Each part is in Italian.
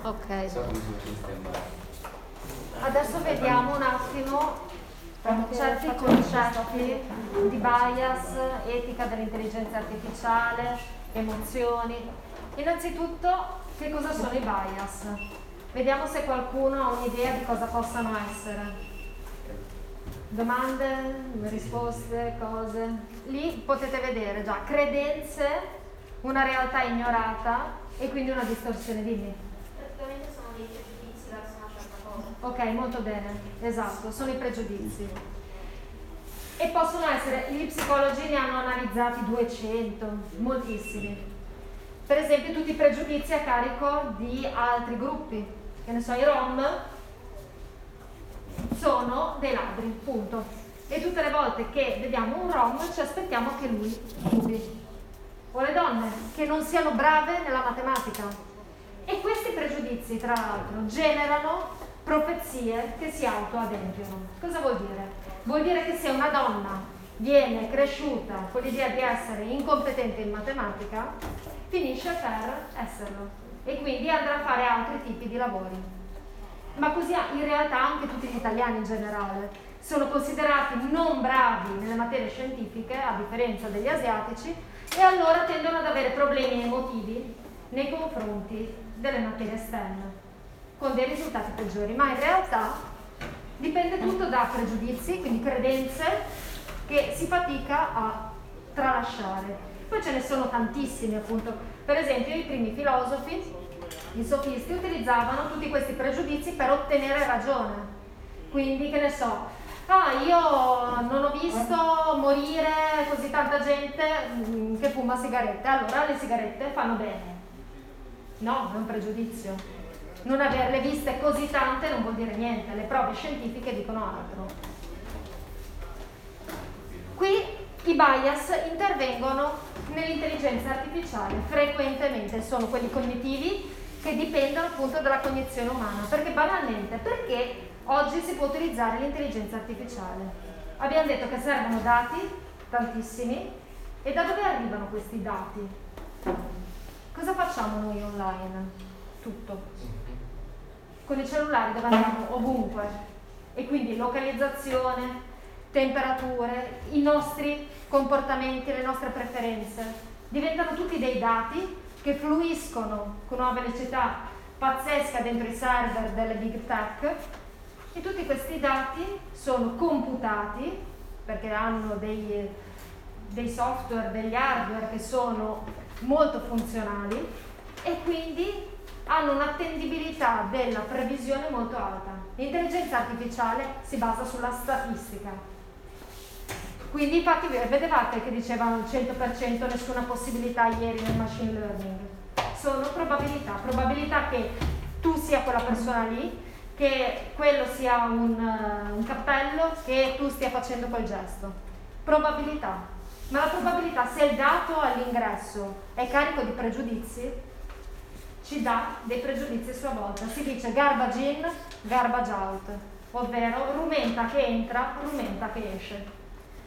Ok. Adesso vediamo un attimo certi concetti di bias, etica dell'intelligenza artificiale, emozioni. Innanzitutto, che cosa sono i bias? Vediamo se qualcuno ha un'idea di cosa possano essere. Domande, risposte, cose. Lì potete vedere già credenze, una realtà ignorata e quindi una distorsione. Dimmi. Praticamente sono dei pregiudizi verso una certa cosa. Ok, molto bene, esatto, sono i pregiudizi. E possono essere, gli psicologi ne hanno analizzati 200, moltissimi. Per esempio tutti i pregiudizi a carico di altri gruppi, che ne so, i Rom sono dei ladri, punto. E tutte le volte che vediamo un Rom ci aspettiamo che lui rubi. O le donne, che non siano brave nella matematica. E questi pregiudizi, tra l'altro, generano profezie che si autoadempiono. Cosa vuol dire? Vuol dire che se una donna viene cresciuta con l'idea di essere incompetente in matematica, finisce per esserlo e quindi andrà a fare altri tipi di lavori. Ma così in realtà anche tutti gli italiani in generale sono considerati non bravi nelle materie scientifiche, a differenza degli asiatici, e allora tendono ad avere problemi emotivi nei confronti delle materie STEM, con dei risultati peggiori. Ma in realtà dipende tutto da pregiudizi, quindi credenze che si fatica a tralasciare. Poi ce ne sono tantissimi, appunto. Per esempio i primi filosofi, i sofisti, utilizzavano tutti questi pregiudizi per ottenere ragione. Quindi, che ne so, io non ho visto morire così tanta gente che fuma sigarette, allora le sigarette fanno bene. No, è un pregiudizio. Non averle viste così tante non vuol dire niente, le prove scientifiche dicono altro. Qui i bias intervengono nell'intelligenza artificiale, frequentemente sono quelli cognitivi che dipendono appunto dalla cognizione umana. Perché banalmente, perché oggi si può utilizzare l'intelligenza artificiale? Abbiamo detto che servono dati, tantissimi, e da dove arrivano questi dati? Cosa facciamo noi online? Tutto. Con i cellulari dove andiamo ovunque, e quindi localizzazione, temperature, i nostri comportamenti, le nostre preferenze diventano tutti dei dati che fluiscono con una velocità pazzesca dentro i server delle big tech, e tutti questi dati sono computati perché hanno dei software, degli hardware che sono molto funzionali e quindi hanno un'attendibilità della previsione molto alta. L'intelligenza artificiale si basa sulla statistica. Quindi infatti vedevate che dicevano il 100% nessuna possibilità ieri nel machine learning. Sono probabilità che tu sia quella persona lì, che quello sia un cappello, che tu stia facendo quel gesto. Probabilità. Ma la probabilità, se il dato all'ingresso è carico di pregiudizi, ci dà dei pregiudizi a sua volta. Si dice garbage in, garbage out, ovvero rumenta che entra, rumenta che esce.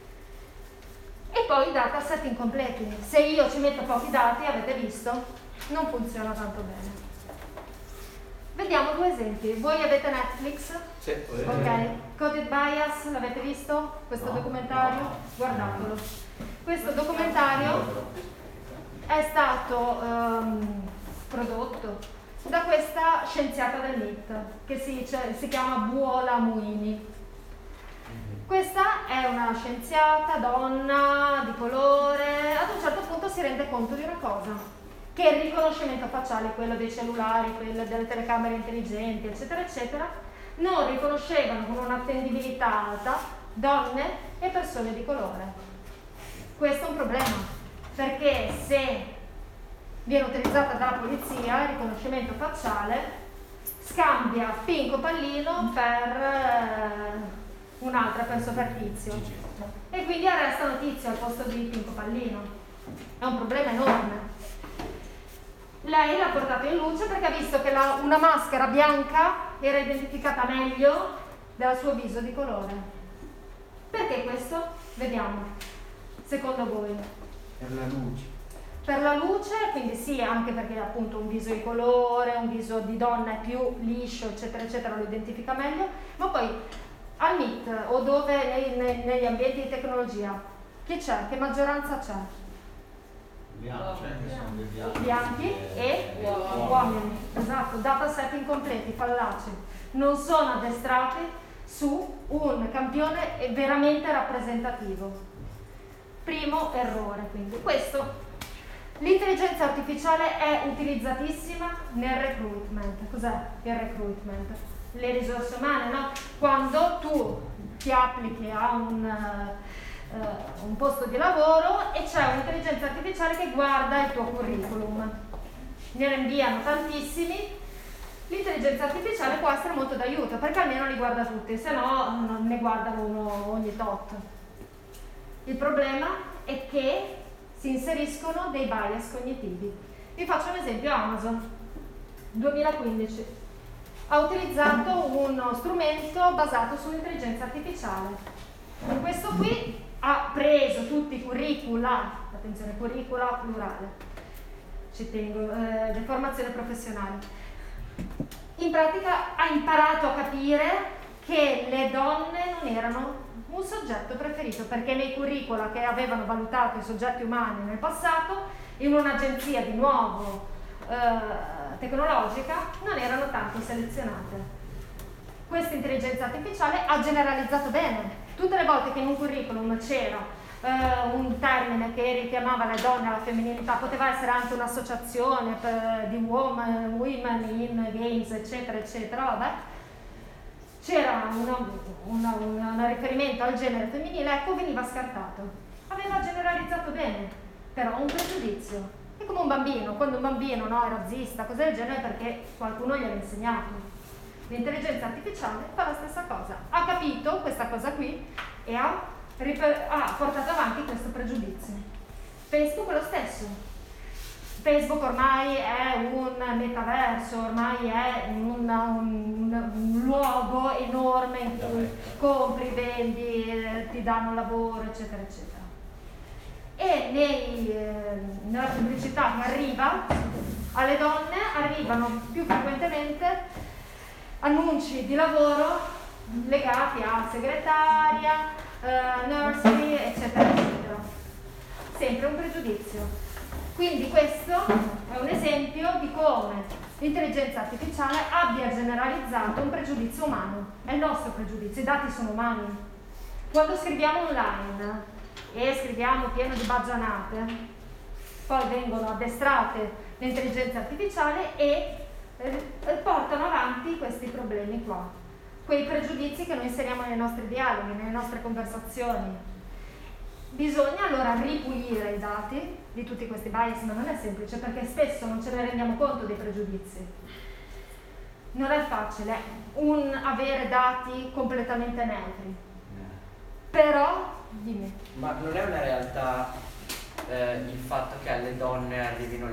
E poi dataset incompleti. Se io ci metto pochi dati, avete visto, non funziona tanto bene. Vediamo due esempi. Voi avete Netflix? Sì. Ok. Coded Bias, l'avete visto? Questo documentario? Guardatelo. Questo documentario è stato prodotto da questa scienziata del MIT che si chiama Buola Muini. Questa è una scienziata, donna, di colore. Ad un certo punto si rende conto di una cosa, che il riconoscimento facciale, quello dei cellulari, quello delle telecamere intelligenti, eccetera, eccetera, non riconoscevano con un'attendibilità alta donne e persone di colore. Questo è un problema, perché se viene utilizzata dalla polizia il riconoscimento facciale, scambia Pinco Pallino per un'altra, per Sopertizio, e quindi arrestano Tizio al posto di Pinco Pallino. È un problema enorme. Lei l'ha portato in luce perché ha visto che una maschera bianca era identificata meglio dal suo viso di colore. Perché questo? Vediamo. Secondo voi? Per la luce. per la luce, quindi sì, anche perché appunto un viso di colore, un viso di donna è più liscio, eccetera, eccetera, lo identifica meglio, ma poi al Meet o dove negli ambienti di tecnologia, chi c'è? Che maggioranza c'è? Bianchi e uomini, esatto, dataset incompleti, fallaci, non sono addestrati su un campione veramente rappresentativo. Primo errore, quindi questo. L'intelligenza artificiale è utilizzatissima nel recruitment. Cos'è il recruitment? Le risorse umane, no? Quando tu ti applichi a un posto di lavoro e c'è un'intelligenza artificiale che guarda il tuo curriculum. Ne inviano tantissimi. L'intelligenza artificiale può essere molto d'aiuto perché almeno li guarda tutti, se no ne guardano uno ogni tot. Il problema è che si inseriscono dei bias cognitivi. Vi faccio un esempio: Amazon 2015 ha utilizzato uno strumento basato sull'intelligenza artificiale. In questo qui ha preso tutti i curricula, attenzione, curricula plurale, ci tengo, le formazioni professionali. In pratica ha imparato a capire che le donne non erano un soggetto preferito, perché nei curricula che avevano valutato i soggetti umani nel passato, in un'agenzia di nuovo tecnologica, non erano tanto selezionate. Questa intelligenza artificiale ha generalizzato bene. Tutte le volte che in un curriculum c'era un termine che richiamava le donne alla femminilità, poteva essere anche un'associazione di women in games, eccetera, eccetera, vabbè, c'era un riferimento al genere femminile, ecco, veniva scartato. Aveva generalizzato bene, però un pregiudizio. È come un bambino, quando un bambino è razzista, cose del genere, perché qualcuno gliel'ha insegnato. L'intelligenza artificiale fa la stessa cosa, ha capito questa cosa qui e ha portato avanti questo pregiudizio. Facebook è lo stesso. Facebook ormai è un metaverso, ormai è un luogo enorme in cui compri, vendi, ti danno lavoro, eccetera, eccetera. E nella pubblicità che arriva alle donne arrivano più frequentemente annunci di lavoro legati a segretaria, nursery, eccetera, eccetera. Sempre un pregiudizio. Quindi questo è un esempio di come l'intelligenza artificiale abbia generalizzato un pregiudizio umano. È il nostro pregiudizio, i dati sono umani. Quando scriviamo online e scriviamo pieno di baggianate, poi vengono addestrate l'intelligenza artificiale e portano avanti questi problemi qua, quei pregiudizi che noi inseriamo nei nostri dialoghi, nelle nostre conversazioni. Bisogna allora ripulire i dati di tutti questi bias, ma non è semplice perché spesso non ce ne rendiamo conto dei pregiudizi. Non è facile avere dati completamente neutri. Però, dimmi. Ma non è una realtà il fatto che alle donne arrivino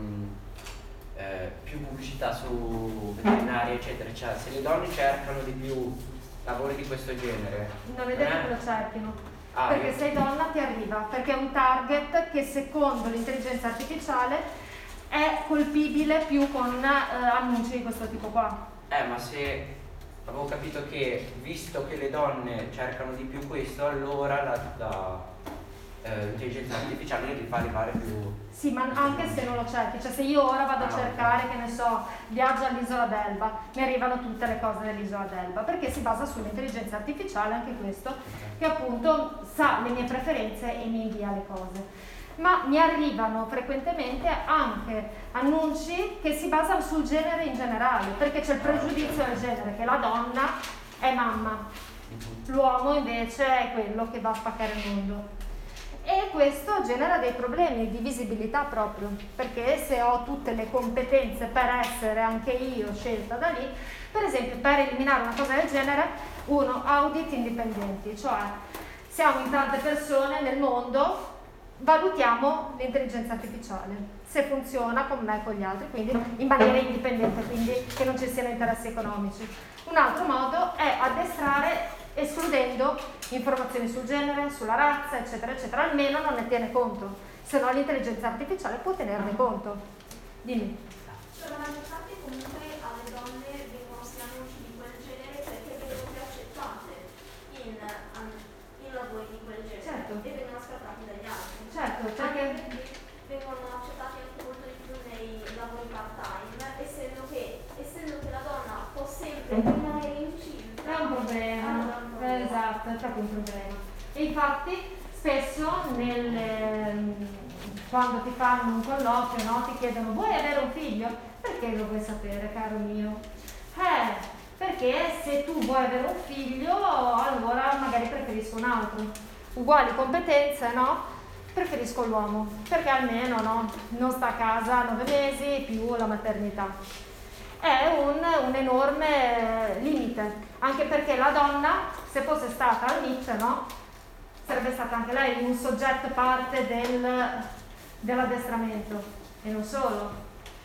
più pubblicità su veterinarie, eccetera, eccetera? Se le donne cercano di più lavori di questo genere, non è detto che lo cerchino. Perché sei donna ti arriva, perché è un target che secondo l'intelligenza artificiale è colpibile più con annunci di questo tipo qua. Ma se avevo capito che visto che le donne cercano di più questo, allora l'intelligenza artificiale li fa arrivare più. Sì, ma anche se non lo cerchi, cioè se io ora vado a cercare, che ne so, viaggio all'isola d'Elba, mi arrivano tutte le cose dell'isola d'Elba, perché si basa sull'intelligenza artificiale, anche questo, che appunto sa le mie preferenze e mi invia le cose. Ma mi arrivano frequentemente anche annunci che si basano sul genere in generale, perché c'è il pregiudizio del genere, che la donna è mamma, l'uomo invece è quello che va a spaccare il mondo. E questo genera dei problemi di visibilità proprio, perché se ho tutte le competenze per essere anche io scelta da lì, per esempio per eliminare una cosa del genere, uno audit indipendenti, cioè siamo in tante persone nel mondo, valutiamo l'intelligenza artificiale, se funziona con me e con gli altri, quindi in maniera indipendente, quindi che non ci siano interessi economici. Un altro modo è addestrare escludendo informazioni sul genere, sulla razza, eccetera, eccetera, almeno non ne tiene conto. se no l'intelligenza artificiale può tenerne conto. Dimmi. Per la maggior parte comunque alle donne vengono schiamoci di quel genere perché vengono più accettate in lavori di quel genere. Certo. E vengono scartati dagli altri. Certo, Anche perché perché vengono accettati anche molto di più nei lavori part-time, essendo che la donna può sempre rimanere incinta. è un problema. Esatto, è proprio un problema. E infatti spesso quando ti fanno un colloquio, no, ti chiedono: vuoi avere un figlio? Perché lo vuoi sapere, caro mio? Perché se tu vuoi avere un figlio, allora magari preferisco un altro. Uguali competenze, no? Preferisco l'uomo, perché almeno no, non sta a casa 9 mesi più la maternità. È un enorme limite, anche perché la donna, se fosse stata al Nietzsche, no? Sarebbe stata anche lei un soggetto parte dell'addestramento, e non solo.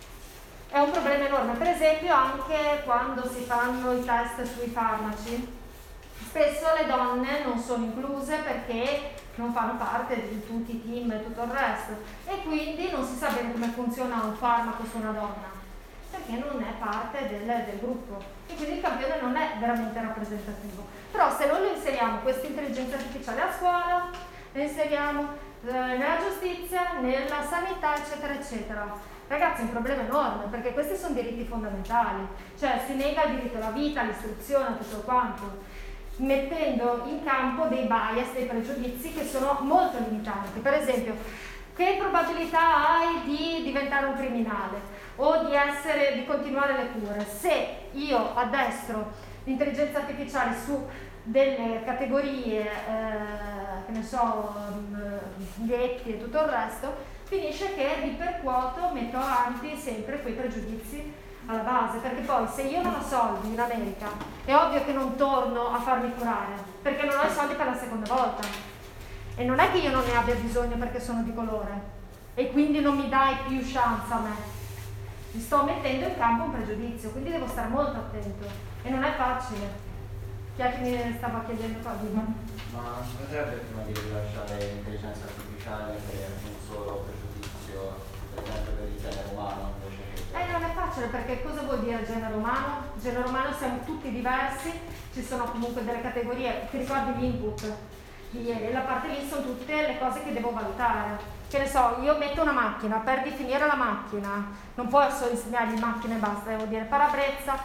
È un problema enorme, per esempio anche quando si fanno i test sui farmaci, spesso le donne non sono incluse perché non fanno parte di tutti i team e tutto il resto, e quindi non si sa bene come funziona un farmaco su una donna, perché non è parte del gruppo, e quindi il campione non è veramente rappresentativo. Però se noi lo inseriamo, questa intelligenza artificiale, a scuola, lo inseriamo nella giustizia, nella sanità, eccetera eccetera, ragazzi, è un problema enorme, perché questi sono diritti fondamentali, cioè si nega il diritto alla vita, all'istruzione, tutto quanto, mettendo in campo dei bias, dei pregiudizi che sono molto limitanti. Per esempio, che probabilità hai di diventare un criminale o di continuare le cure se io addestro l'intelligenza artificiale su delle categorie, che ne so, dietti e tutto il resto, finisce che ripercuoto, metto avanti sempre quei pregiudizi alla base, perché poi se io non ho soldi in America è ovvio che non torno a farmi curare, perché non ho i soldi per la seconda volta, e non è che io non ne abbia bisogno perché sono di colore e quindi non mi dai più chance a me, mi sto mettendo in campo un pregiudizio, quindi devo stare molto attento e non è facile. Chi è che mi stava chiedendo qua? Ma non si potrebbe prima di rilasciare l'intelligenza artificiale per un solo pregiudizio, per esempio per il genere umano, invece che... Non è facile, perché cosa vuol dire genere umano? Genere umano siamo tutti diversi, ci sono comunque delle categorie, ti ricordi l'input di ieri? La parte lì sono tutte le cose che devo valutare. Che ne so, io metto una macchina, per definire la macchina, non posso insegnargli macchina e basta, devo dire parabrezza,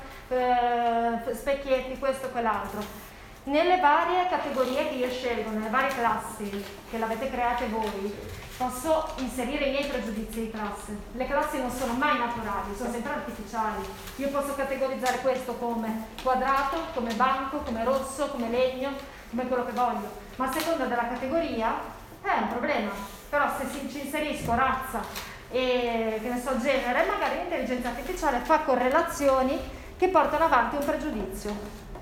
specchietti, questo e quell'altro. Nelle varie categorie che io scelgo, nelle varie classi che l'avete create voi, posso inserire i miei pregiudizi di classe. Le classi non sono mai naturali, sono sempre artificiali. Io posso categorizzare questo come quadrato, come banco, come rosso, come legno, come quello che voglio, ma a seconda della categoria è un problema. Però se ci inserisco razza e che ne so, genere, magari l'intelligenza artificiale fa correlazioni che portano avanti un pregiudizio.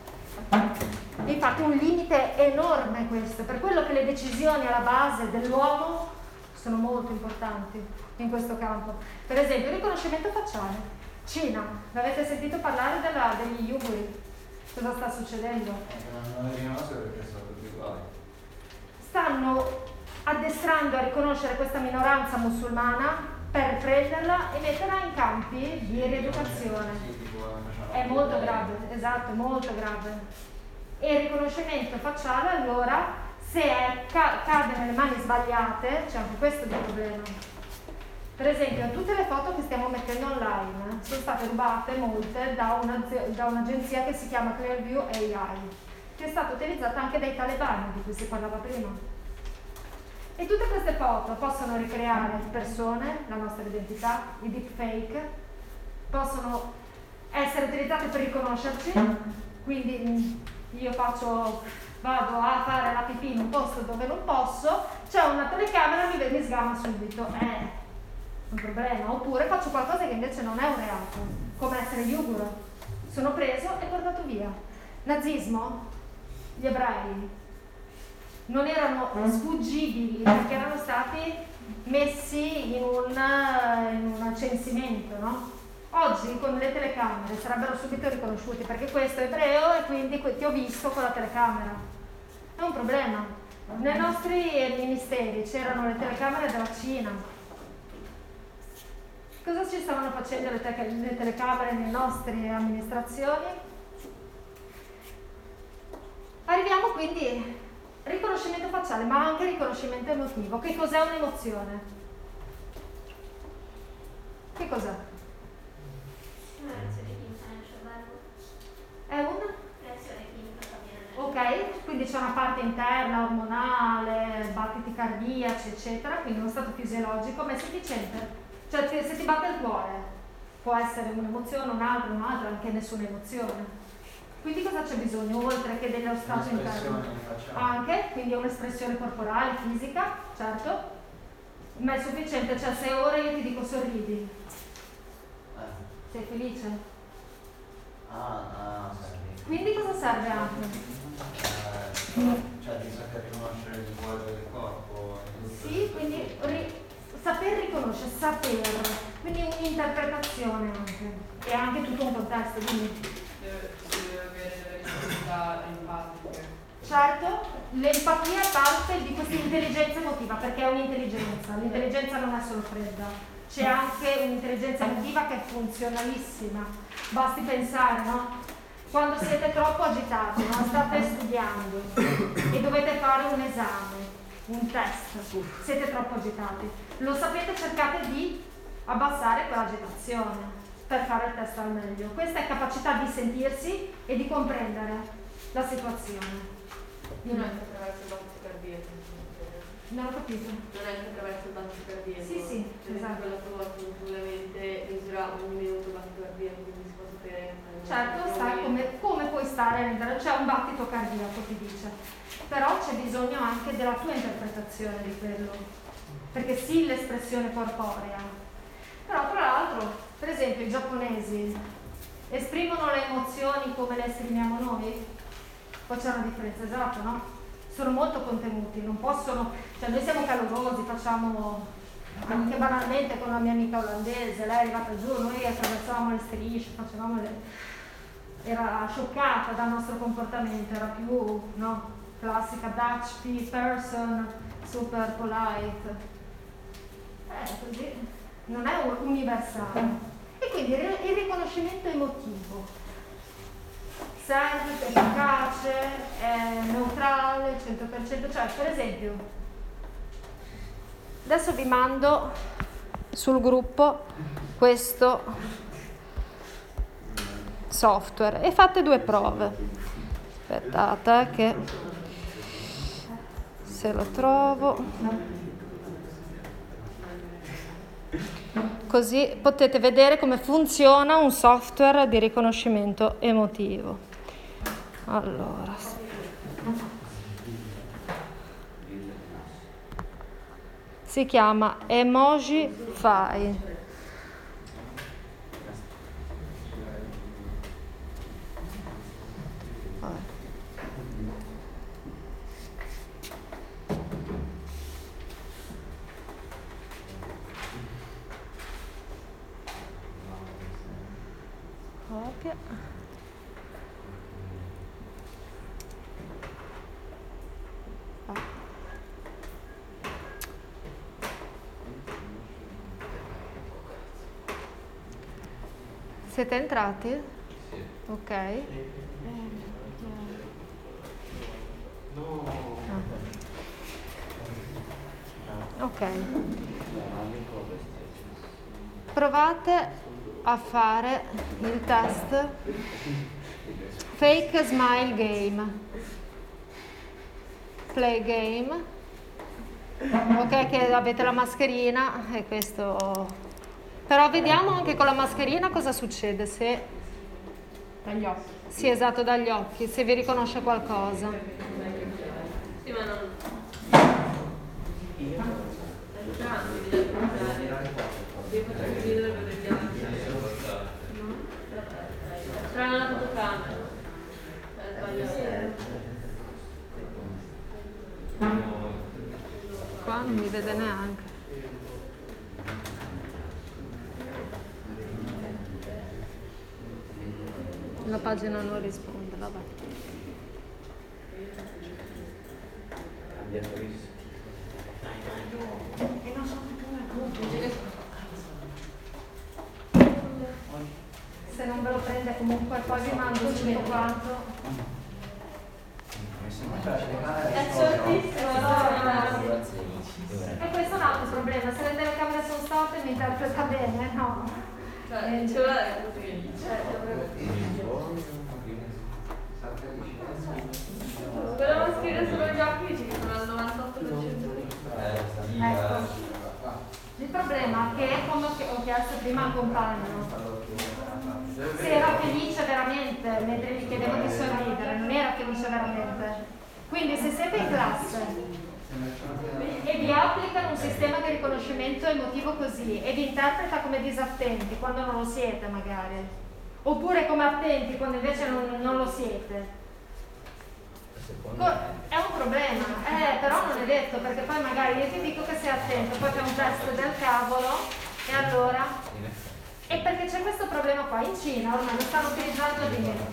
Infatti un limite enorme questo, per quello che le decisioni alla base dell'uomo sono molto importanti in questo campo. Per esempio il riconoscimento facciale. Cina, l'avete sentito parlare degli uiguri? Cosa sta succedendo? Non le riconosco perché sono tutti uguali. Stanno addestrando a riconoscere questa minoranza musulmana per prenderla e metterla in campi di rieducazione. È molto grave, esatto, molto grave. E il riconoscimento facciale, allora, se cade nelle mani sbagliate, c'è anche questo di problema. Per esempio, tutte le foto che stiamo mettendo online sono state rubate molte da un'agenzia che si chiama Clearview AI, che è stata utilizzata anche dai talebani, di cui si parlava prima. E tutte queste foto possono ricreare persone, la nostra identità, i deepfake, possono essere utilizzate per riconoscerci, quindi io vado a fare la pipì in un posto dove non posso, c'è una telecamera e mi sgama subito, è un problema. Oppure faccio qualcosa che invece non è un reato, come essere uiguro, sono preso e portato via. Nazismo, gli ebrei non erano sfuggibili perché erano stati messi in un censimento, no? Oggi con le telecamere sarebbero subito riconosciuti perché questo è ebreo e quindi ti ho visto con la telecamera. È un problema. Nei nostri ministeri c'erano le telecamere della Cina. Cosa ci stavano facendo le telecamere nelle nostre amministrazioni? Arriviamo quindi riconoscimento facciale, ma anche riconoscimento emotivo. Che cos'è un'emozione? Che cos'è? Una reazione chimica nel cervello. È un? Reazione chimica che avviene nel Ok, quindi c'è una parte interna, ormonale, battiti cardiaci, eccetera, quindi uno stato fisiologico, ma è sufficiente. Cioè se ti batte il cuore, può essere un'emozione, un'altra, anche nessuna emozione. Quindi cosa c'è bisogno, oltre che dello stato interno? Anche, quindi è un'espressione corporale, fisica, certo, ma è sufficiente, cioè se ora io ti dico sorridi, sei felice? Serve. Quindi cosa serve anche? Cioè di saper riconoscere il linguaggio del corpo. Sì, quindi saper riconoscere, quindi un'interpretazione anche, e anche tutto un contesto, quindi. Deve avere delle risposte empatiche. Certo, l'empatia è parte di questa intelligenza emotiva, perché è un'intelligenza, l'intelligenza non è solo fredda, c'è anche un'intelligenza emotiva che è funzionalissima, basti pensare, no? Quando siete troppo agitati, no? State studiando e dovete fare un esame, un test, siete troppo agitati, lo sapete, cercate di abbassare quell'agitazione per fare il test al meglio. Questa è capacità di sentirsi e di comprendere la situazione. Non anche attraverso il battito cardiaco. Non ho capito. Non anche attraverso il battito cardiaco. Sì, esatto. Quella tua ovviamente misura ogni minuto il battito cardiaco, quindi si può sapere. Certo, sai come puoi stare, c'è un battito cardiaco, ti dice. Però c'è bisogno anche della tua interpretazione di quello. Perché sì, l'espressione corporea. Però tra l'altro, per esempio, i giapponesi esprimono le emozioni come le esprimiamo noi? Poi c'è una differenza, esatto, no? Sono molto contenuti, non possono, cioè noi siamo calorosi, facciamo anche banalmente con la mia amica olandese, lei è arrivata giù, noi attraversavamo le strisce, era scioccata dal nostro comportamento, era più, no, classica Dutch person, super polite. Così non è universale. E quindi il riconoscimento emotivo serve, è efficace, è neutrale, 100%, cioè per esempio adesso vi mando sul gruppo questo software e fate 2 prove. Aspettate che se lo trovo, così potete vedere come funziona un software di riconoscimento emotivo. Allora, si chiama Emojify. Copia. Siete entrati? Sì. Ok. No. Ok. Provate a fare il test Fake Smile Game. Play Game. Ok, che avete la mascherina e questo. Però vediamo anche con la mascherina cosa succede se. Dagli occhi. Sì, esatto, dagli occhi, se vi riconosce qualcosa. Sì, ma non. Strana la fotocamera. Qua non mi vede neanche. La pagina non risponde, vabbè. E non sono più una gruppo. Se non ve lo prende comunque poi vi mando tutto quanto. È certissimo, E questo è un altro problema, se le telecamere sono storte mi interpreta bene, no? Cioè, ce l'ha così. Volevamo scrivere solo gli occhi, ci sono al 98%. Ecco. Il problema è che, come ho chiesto prima al compagno, se era felice veramente mentre gli chiedevo di sorridere, non era felice veramente. Quindi se siete in classe e vi applicano un sistema di riconoscimento emotivo così e vi interpreta come disattenti quando non lo siete magari, oppure come attenti quando invece non lo siete, è un problema, però non è detto, perché poi magari io ti dico che sei attento, poi fai un test del cavolo e allora... E perché c'è questo problema qua, in Cina ormai lo stanno utilizzando di meno.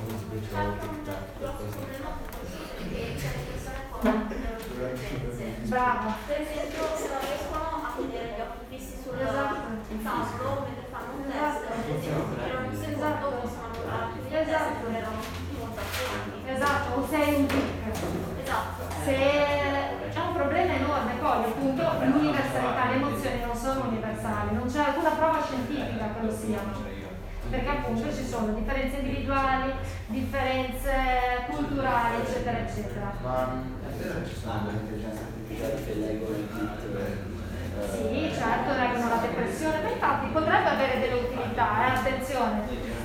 Bravo. Per esempio, se non riescono a tenere gli occhi fissi sul tavolo mentre fanno un test, per esempio, per un secondo possono annullare il test perché erano tutti molto attenti. Esatto, o sei un tic. Esatto. Se è un problema enorme, poi appunto l'universalità, le emozioni non sono universali, non c'è alcuna prova scientifica che lo siano, perché appunto ci sono differenze individuali, differenze culturali, eccetera, eccetera. Ma è vero che ci sono delle intelligenze artificiali che leggono i tic? Sì, certo, reggono la depressione, ma infatti potrebbe avere delle utilità, attenzione,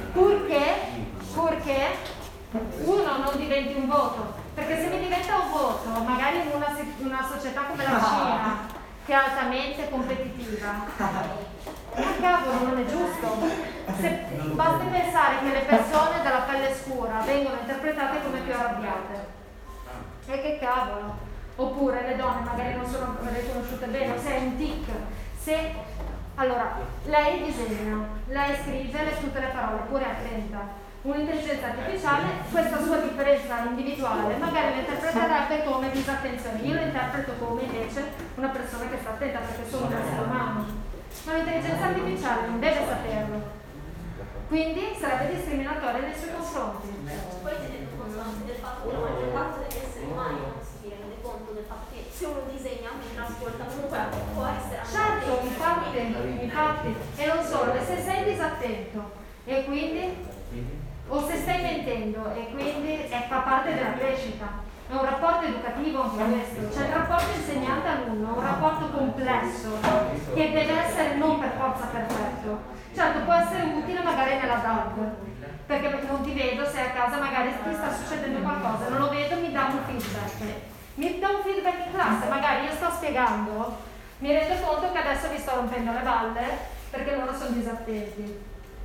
purché uno non diventi un voto, perché se mi diventa un voto, magari in una società come la Cina, che è altamente competitiva, ma cavolo, non è giusto. Basti pensare che le persone dalla pelle scura vengono interpretate come più arrabbiate. E che cavolo. Oppure le donne magari non sono riconosciute bene, se è un tic. Allora, lei disegna, lei scrive tutte le parole, pure attenta. Un'intelligenza artificiale, questa sua differenza individuale, magari la interpreterebbe come disattenzione. Io la interpreto come invece una persona che sta attenta, perché sono un essere umano. Ma l'intelligenza artificiale non deve saperlo. Quindi sarebbe discriminatoria nei suoi confronti. Poi tenendo conto anche del fatto che la maggior parte degli esseri umani non si rende conto del fatto che se uno disegna mentre ascolta comunque può essere anche Certo, infatti, e non solo, e se sei disatento e quindi, o se stai mentendo e quindi fa parte della crescita. È un rapporto educativo anche questo, cioè il rapporto insegnante-alunno è un rapporto complesso che deve essere non per forza perfetto. Certo, può essere utile magari nella DAD, perché non ti vedo, sei a casa, magari ti sta succedendo qualcosa, non lo vedo, mi dà un feedback. Mi dà un feedback in classe, magari io sto spiegando, mi rendo conto che adesso vi sto rompendo le balle perché loro sono disattenti.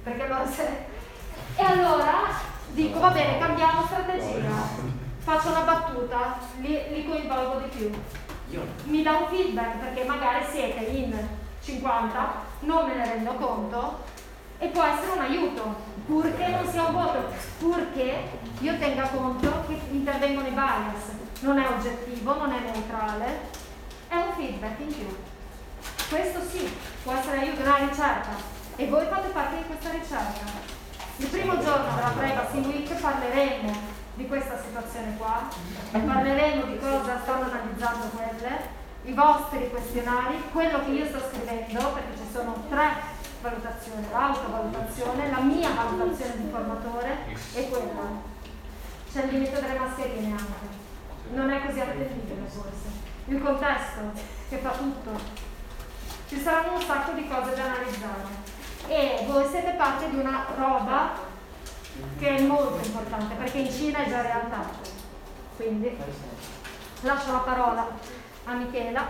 E allora dico, va bene, cambiamo strategia. Faccio una battuta, li coinvolgo di più. Mi dà un feedback perché magari siete in 50, non me ne rendo conto e può essere un aiuto, purché non sia un voto, purché io tenga conto che intervengono i bias. Non è oggettivo, non è neutrale, è un feedback in più. Questo sì, può essere aiuto nella ricerca e voi fate parte di questa ricerca. Il primo giorno della Privacy Week parleremo di questa situazione qua, parleremo di cosa stanno analizzando quelle, i vostri questionari, quello che io sto scrivendo, perché ci sono 3 valutazioni, l'autovalutazione, la mia valutazione di formatore e quella. C'è il limite delle mascherine anche, non è così attendibile forse. Il contesto che fa tutto. Ci saranno un sacco di cose da analizzare e voi siete parte di una roba che è molto importante perché in Cina è già realtà. Quindi lascio la parola a Michela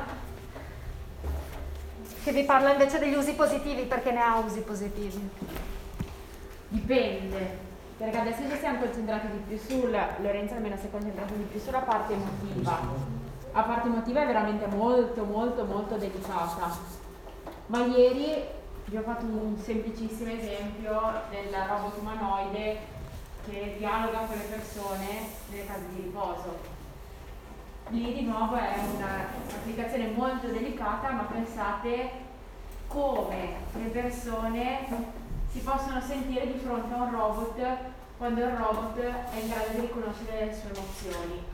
che vi parla invece degli usi positivi, perché ne ha usi positivi. Dipende, perché adesso ci siamo concentrati di più Lorenzo almeno si è concentrato di più sulla parte emotiva. La parte emotiva è veramente molto molto molto delicata, ma ieri vi ho fatto un semplicissimo esempio del robot umanoide che dialoga con le persone nelle case di riposo. lì di nuovo è un'applicazione molto delicata, ma pensate come le persone si possono sentire di fronte a un robot quando il robot è in grado di riconoscere le sue emozioni.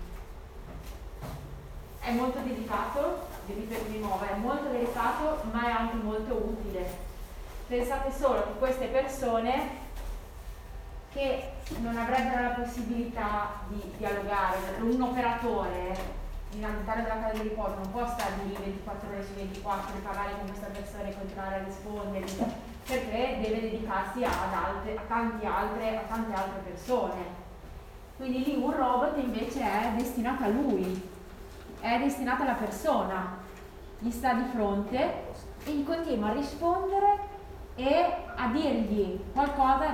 È molto delicato, vi ripeto di nuovo, è molto delicato, ma è anche molto utile. Pensate solo che queste persone che non avrebbero la possibilità di dialogare, un operatore all'interno della casa di riposo non può stare lì 24 ore su 24 e parlare con questa persona e continuare a rispondergli, perché deve dedicarsi a tante altre persone. Quindi lì un robot invece è destinato a lui, è destinato alla persona, gli sta di fronte e gli continua a rispondere e a dirgli qualcosa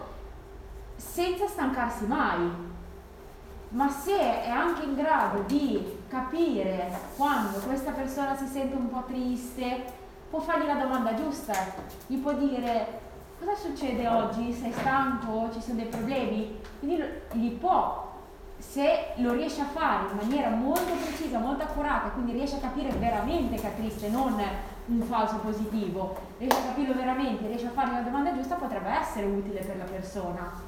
senza stancarsi mai. Ma se è anche in grado di capire quando questa persona si sente un po' triste, può fargli la domanda giusta, gli può dire: cosa succede oggi? Sei stanco? Ci sono dei problemi? Quindi gli può, se lo riesce a fare in maniera molto precisa, molto accurata, quindi riesce a capire veramente che è triste, non un falso positivo, riesce a capirlo veramente, riesce a fargli la domanda giusta, potrebbe essere utile per la persona.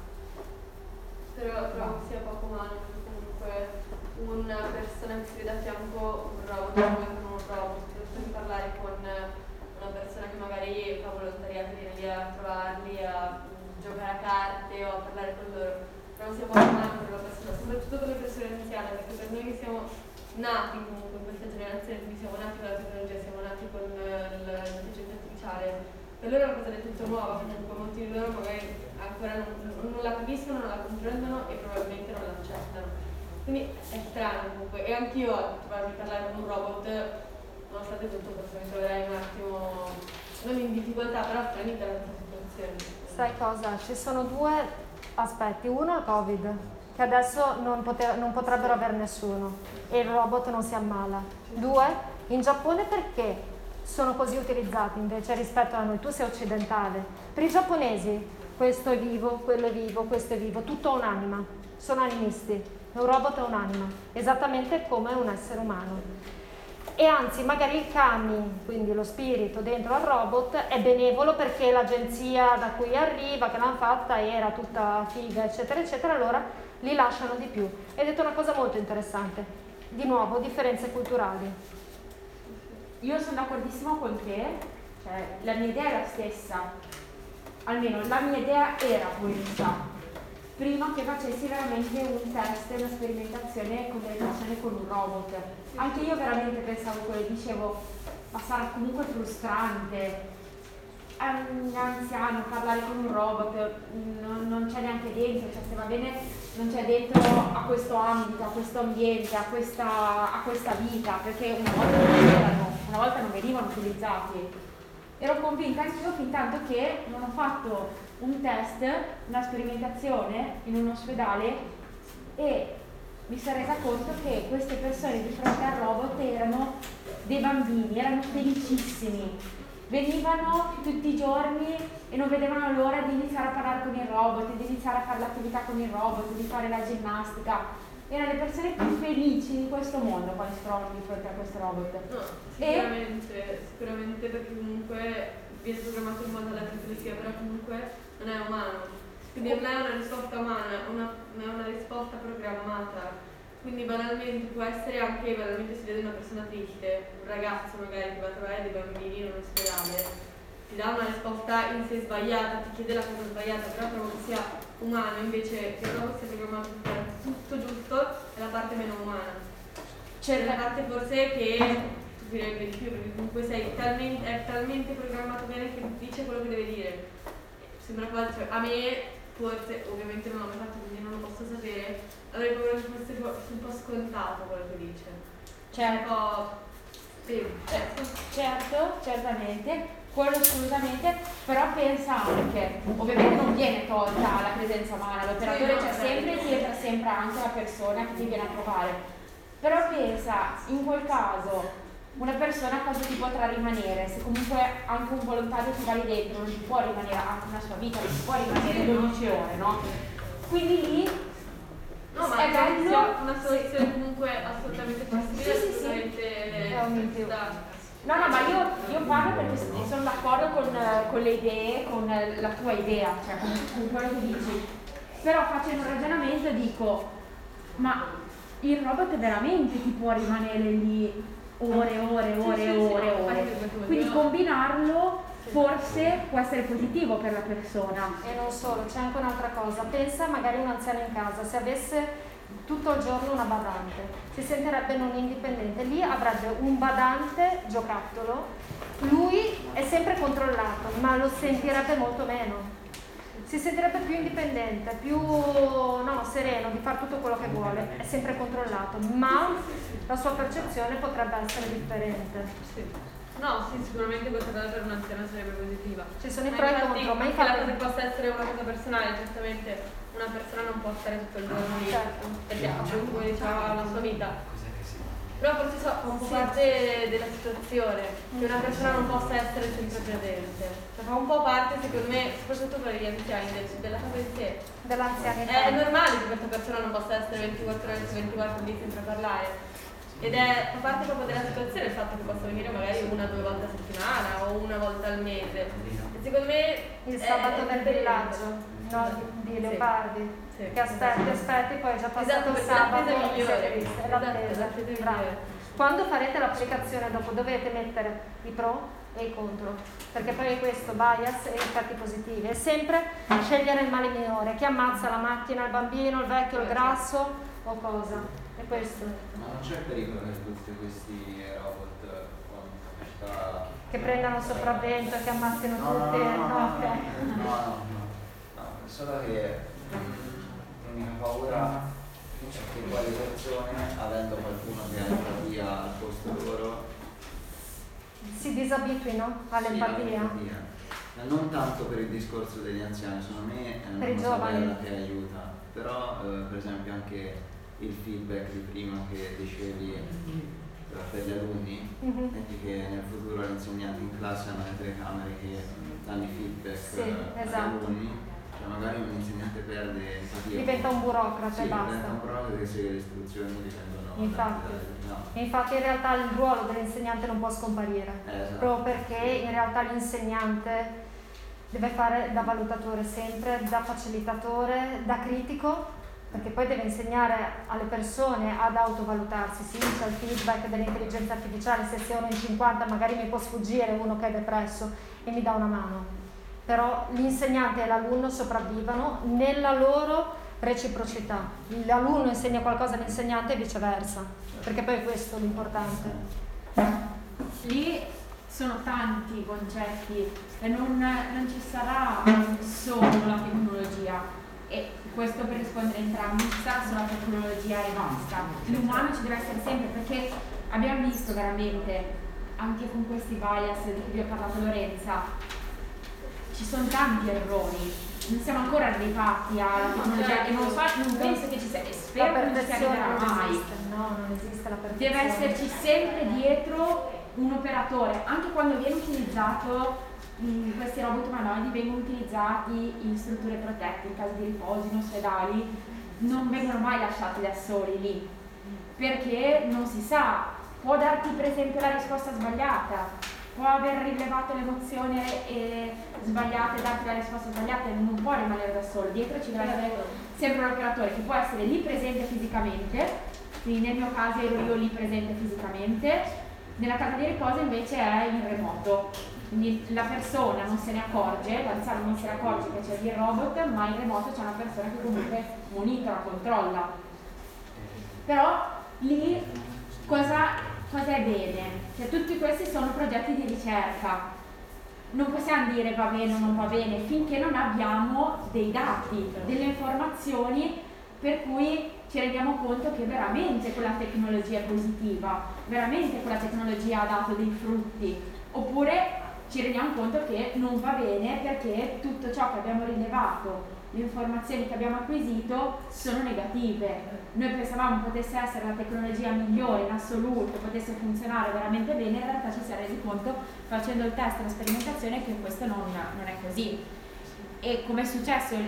Però trovo che sia poco umano, perché comunque una persona che si vede a fianco un robot, non un robot, piuttosto che parlare con una persona che magari fa volontariato, viene lì a trovarli, a giocare a carte o a parlare con loro. Però sia poco umano per la persona, soprattutto per le persone anziane, perché per noi che siamo nati comunque in questa generazione, quindi siamo nati con la tecnologia, siamo nati con l'intelligenza artificiale, per loro è una cosa del tutto nuova, comunque molti di loro magari ancora non la capiscono, non la comprendono e probabilmente non l'accettano. Quindi è strano comunque, e anch'io a trovarmi a parlare con un robot, nonostante tutto, forse mi troverai un attimo, non in difficoltà, però stranita la questa situazione. Sai cosa? Ci sono due aspetti. Uno è il Covid, che adesso non potrebbero avere nessuno e il robot non si ammala. Due, in Giappone perché sono così utilizzati invece rispetto a noi? Tu sei occidentale. Per i giapponesi questo è vivo, quello è vivo, questo è vivo, tutto ha un'anima, sono animisti, un robot ha un'anima, esattamente come un essere umano. E anzi, magari il kami, quindi lo spirito dentro al robot, è benevolo perché l'agenzia da cui arriva, che l'hanno fatta, era tutta figa, eccetera, eccetera, allora li lasciano di più. E hai detto una cosa molto interessante, di nuovo, differenze culturali. Io sono d'accordissimo con te, cioè la mia idea è la stessa. Almeno la mia idea era questa, prima che facessi veramente un test, una sperimentazione con delle persone con un robot. Anche io veramente pensavo quello, dicevo, ma sarà comunque frustrante, è un anziano parlare con un robot, non c'è neanche dentro, cioè se va bene non c'è dentro a questo ambito, a questo ambiente, a questa vita, perché una volta non venivano utilizzati. Ero convinta anch'io fin tanto che non ho fatto un test, una sperimentazione in un ospedale e mi sono resa conto che queste persone di fronte al robot erano dei bambini, erano felicissimi, venivano tutti i giorni e non vedevano l'ora di iniziare a parlare con il robot, di iniziare a fare l'attività con il robot, di fare la ginnastica. Erano le persone più felici di questo mondo quando si trovano di fronte a questo robot. No, sicuramente perché comunque viene programmato in modo da tecnologia, però comunque non è umano. Quindi non è una risposta umana, non è una risposta programmata. Quindi banalmente può essere anche, banalmente si vede una persona triste, un ragazzo magari che va a trovare dei bambini in un ospedale, ti dà una risposta in sé sbagliata, ti chiede la cosa sbagliata, però trovo che sia umano, invece che il robot sia programmato per fare tutto giusto è la parte meno umana. Cioè la parte forse che stupirebbe di più, perché comunque è talmente programmato bene che dice quello che deve dire. Sembra quasi, cioè, a me forse, ovviamente non l'ho mai fatto quindi non lo posso sapere, avrei paura che fosse un po' scontato quello che dice. Certo. Un po'. Sì, Certo, certamente. Quello assolutamente, però pensa anche, ovviamente non viene tolta la presenza umana, l'operatore c'è sempre e entra sempre anche la persona che ti viene a trovare, però pensa, in quel caso, una persona quanto ti potrà rimanere, se comunque anche un volontario ti va lì dentro, non ti può rimanere anche una sua vita, non ti può rimanere 12 ore, no? Quindi lì No, ma è bello, sia una soluzione comunque assolutamente possibile, Sì. assolutamente È un in più. No, ma io parlo perché sono d'accordo con le idee, con la tua idea, cioè con quello che dici. Però facendo un ragionamento dico, ma il robot veramente ti può rimanere lì ore. Quindi combinarlo forse può essere positivo per la persona. E non solo, c'è anche un'altra cosa. Pensa magari un anziano in casa, se avesse tutto il giorno una badante, si sentirebbe non indipendente. Lì avrebbe un badante giocattolo, lui è sempre controllato, ma lo sentirebbe molto meno. Si sentirebbe più indipendente, più sereno di fare tutto quello che vuole, è sempre controllato, ma la sua percezione potrebbe essere differente. No, sì, sicuramente questa cosa per un anziano sarebbe positiva. Ci sono i pro e i contro, ma infatti la cosa infatti possa essere una cosa personale, certamente una persona non può stare tutto il giorno lì, certo. perché appunto come diceva la sua vita. Cos'è che si Però forse fa un po' parte della situazione, che una persona non possa essere sempre presente. Cioè fa un po' parte, secondo me, soprattutto per gli anziani, della cosa in sé. dell'anzianità. È normale che questa persona non possa essere 24 ore su 24 lì sempre a parlare. Ed fa parte proprio della situazione il fatto che possa venire magari 1 o 2 volte a settimana o 1 volta al mese. E secondo me Il sabato del villaggio, di Leopardi, Sì. che aspetti, poi è già passato Esatto, il perché sabato l'attesa è e siete migliore. visti, è Esatto, l'attesa. l'attesa è Bravo. migliore. Quando farete l'applicazione dopo dovete mettere i pro e i contro, perché poi questo bias e effetti positivi. È sempre scegliere il male minore, chi ammazza la macchina, il bambino, il vecchio, il grasso o cosa. È questo. Ma non c'è pericolo che tutti questi robot con capacità... Che prendano il sopravvento e che ammazzino No, tutti. Ok. No, solo che l'unica paura è che poi le persone, avendo qualcuno che ha empatia al posto loro, Si disabituino all'empatia. Ma non tanto per il discorso degli anziani, secondo me è una Per i cosa giovani. bella che aiuta, però per esempio anche il feedback di prima che dicevi per gli alunni, Mhm. metti che nel futuro gli insegnanti in classe hanno le telecamere che danno i feedback Sì, agli esatto. alunni, cioè magari un insegnante perde empatia. Diventa un burocrate e Sì, basta. diventa un burocrate che segue le istruzioni dipendono Infatti. no. Infatti in realtà il ruolo dell'insegnante non può scomparire, Esatto. proprio perché in realtà l'insegnante deve fare da valutatore sempre, da facilitatore, da critico, perché poi deve insegnare alle persone ad autovalutarsi. Sì, c'è il feedback dell'intelligenza artificiale, se sono in 50 magari mi può sfuggire uno che è depresso e mi dà una mano, però l'insegnante e l'alunno sopravvivono nella loro reciprocità. L'alunno insegna qualcosa all'insegnante e viceversa, perché poi è questo l'importante. Lì sono tanti i concetti e non ci sarà solo la tecnologia, e questo per rispondere a entrambi, ci sarà solo la tecnologia e basta. L'umano ci deve essere sempre, perché abbiamo visto veramente anche con questi bias di cui vi ha parlato Lorenza, ci sono tanti errori, non siamo ancora arrivati alla tecnologia e non penso che ci sia, e spero che non ci arriverà mai. Non esiste la perfezione. Deve esserci sempre dietro un operatore, anche quando viene utilizzato, questi robot umanoidi vengono utilizzati in strutture protette, in case di riposo, in ospedali, non vengono mai lasciati da soli lì, perché non si sa, può darti per esempio la risposta sbagliata, può aver rilevato l'emozione sbagliata e darti la risposta sbagliata, e non può rimanere da solo, dietro ci deve essere sempre un operatore che può essere lì presente fisicamente, quindi nel mio caso ero io lì presente fisicamente, nella casa di riposo invece è in remoto, quindi la persona non se ne accorge, l'anziano non se ne accorge che c'è il robot, ma in remoto c'è una persona che comunque monitora, controlla. Però lì cosa è bene? Cioè, tutti questi sono progetti di ricerca, non possiamo dire va bene o non va bene finché non abbiamo dei dati, delle informazioni per cui ci rendiamo conto che veramente quella tecnologia è positiva, veramente quella tecnologia ha dato dei frutti, oppure ci rendiamo conto che non va bene perché tutto ciò che abbiamo rilevato, le informazioni che abbiamo acquisito sono negative. Noi pensavamo potesse essere la tecnologia migliore in assoluto, potesse funzionare veramente bene, in realtà ci si è resi conto facendo il test e la sperimentazione che questo non è così. E come è successo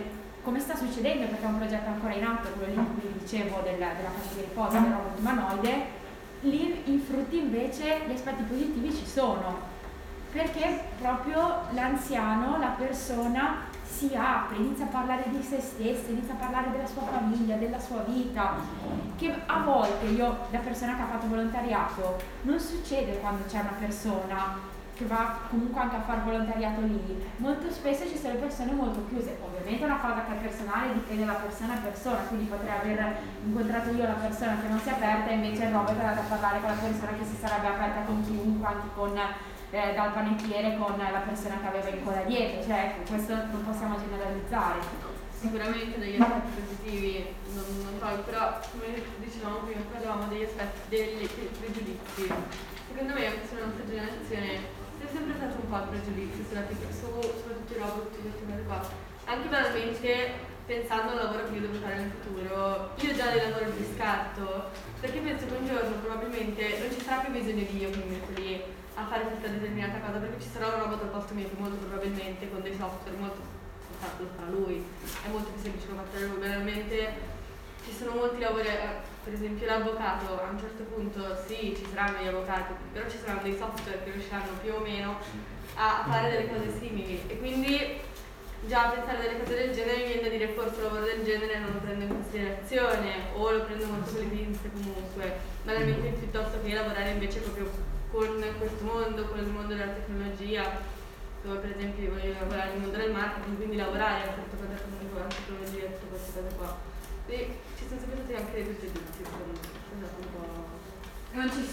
come sta succedendo, perché è un progetto ancora in atto, quello lì che vi dicevo della casa di riposo del robot umanoide, lì i frutti invece, gli aspetti positivi ci sono, perché proprio l'anziano, la persona si apre, inizia a parlare di se stessa, inizia a parlare della sua famiglia, della sua vita, che a volte io, da persona che ha fatto volontariato, non succede quando c'è una persona che va comunque anche a fare volontariato lì. Molto spesso ci sono le persone molto chiuse, ovviamente è una cosa che è personale, dipende da persona a persona, quindi potrei aver incontrato io la persona che non si è aperta e invece il robot è andato a parlare con la persona che si sarebbe aperta con chiunque, anche con dal panettiere con la persona che aveva in coda dietro, cioè ecco, questo non possiamo generalizzare. Sicuramente degli aspetti positivi non tolgo, però come dicevamo prima, parlavamo degli aspetti dei pregiudizi. Secondo me sulla nostra generazione c'è sempre stato un po' il pregiudizio soprattutto i robot, tutte queste cose qua. Anche banalmente pensando al lavoro che io devo fare nel futuro, io già del lavoro di scarto, perché penso che un giorno probabilmente non ci sarà più bisogno di io che mi metto lì a fare questa determinata cosa, perché ci sarà un robot al posto mio che molto probabilmente con dei software molto lo fa lui, è molto più semplice da fare lui. Banalmente ci sono molti lavori, per esempio l'avvocato, a un certo punto sì, ci saranno gli avvocati, però ci saranno dei software che riusciranno più o meno a fare delle cose simili, e quindi già a pensare delle cose del genere mi viene da dire forse un lavoro del genere non lo prendo in considerazione o lo prendo molto con le pinze comunque, banalmente, piuttosto che lavorare invece proprio con questo mondo, con il mondo della tecnologia, dove per esempio io voglio lavorare nel mondo del marketing, quindi lavorare a certe cose comunque, la tecnologia e tutte queste cose qua. E ci sono sempre stati anche dei pregiudizi, secondo me, è stato un po'... Non ci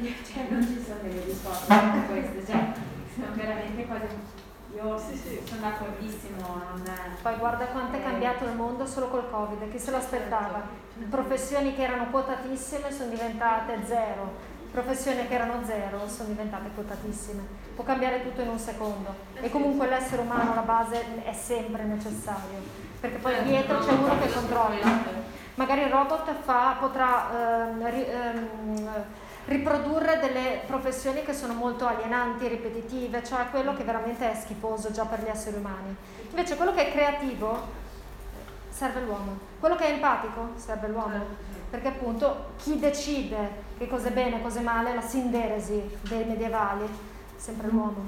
sono delle risposte a queste, cioè sono veramente cose. Io sono d'accordissimo. Poi guarda quanto è cambiato il mondo solo col Covid, chi se lo aspettava? Professioni che erano quotatissime sono diventate zero, professioni che erano zero sono diventate quotatissime. Può cambiare tutto in un secondo e comunque l'essere umano alla base è sempre necessario, perché poi dietro c'è uno che controlla. Magari il robot potrà riprodurre delle professioni che sono molto alienanti, ripetitive, cioè quello che veramente è schifoso già per gli esseri umani. Invece quello che è creativo serve l'uomo, quello che è empatico serve l'uomo, perché appunto chi decide che cosa è bene, cosa è male, la sinderesi dei medievali, sempre l'uomo.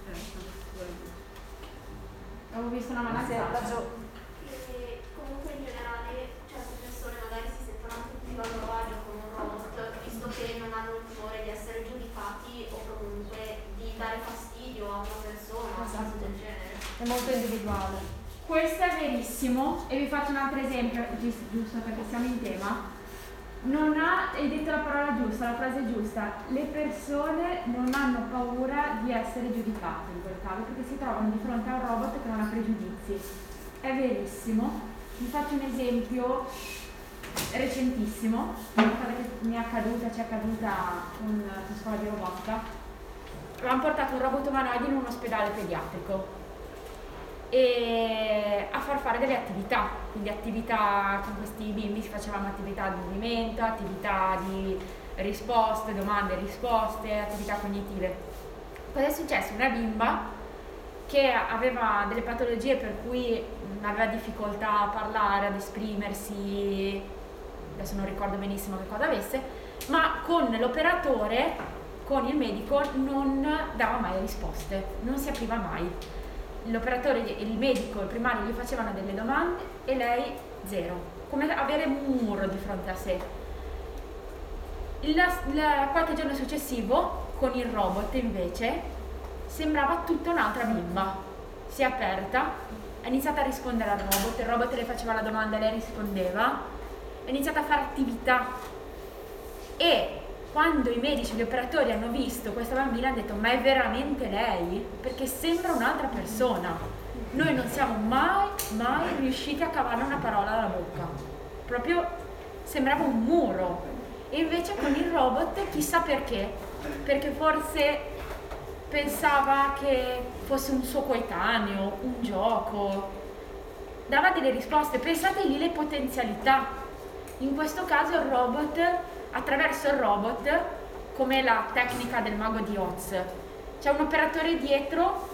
Avevo visto una manazza. Comunque in generale certe persone magari si sentono anche più a loro agio con un robot, visto che non hanno il timore di essere giudicati o comunque di dare fastidio a una persona o cose del genere. È molto individuale. Questo è verissimo, e vi faccio un altro esempio, giusto perché siamo in tema. Hai detto la parola giusta, la frase giusta. Le persone non hanno paura di essere giudicate in quel caso, perché si trovano di fronte a un robot che non ha pregiudizi. È verissimo. Vi faccio un esempio recentissimo, una cosa che ci è accaduta con la scuola di robotica. Hanno portato un robot umanoide in un ospedale pediatrico e a far fare delle attività, quindi attività con questi bimbi, si facevano attività di movimento, attività di risposte, domande e risposte, attività cognitive. Cosa è successo? Una bimba che aveva delle patologie per cui aveva difficoltà a parlare, ad esprimersi, adesso non ricordo benissimo che cosa avesse, ma con l'operatore, con il medico, non dava mai risposte, non si apriva mai. L'operatore, il medico, il primario gli facevano delle domande e lei zero, come avere un muro di fronte a sé. Qualche giorno successivo, con il robot invece, sembrava tutta un'altra bimba. Si è aperta, ha iniziato a rispondere al robot, il robot le faceva la domanda e lei rispondeva, ha iniziato a fare attività, e quando i medici e gli operatori hanno visto questa bambina hanno detto: ma è veramente lei? Perché sembra un'altra persona. Noi non siamo mai riusciti a cavarle una parola dalla bocca, proprio sembrava un muro. E invece con il robot, chissà perché forse pensava che fosse un suo coetaneo, un gioco, dava delle risposte. Pensate lì le potenzialità. In questo caso il robot, attraverso il robot, come la tecnica del mago di Oz, c'è un operatore dietro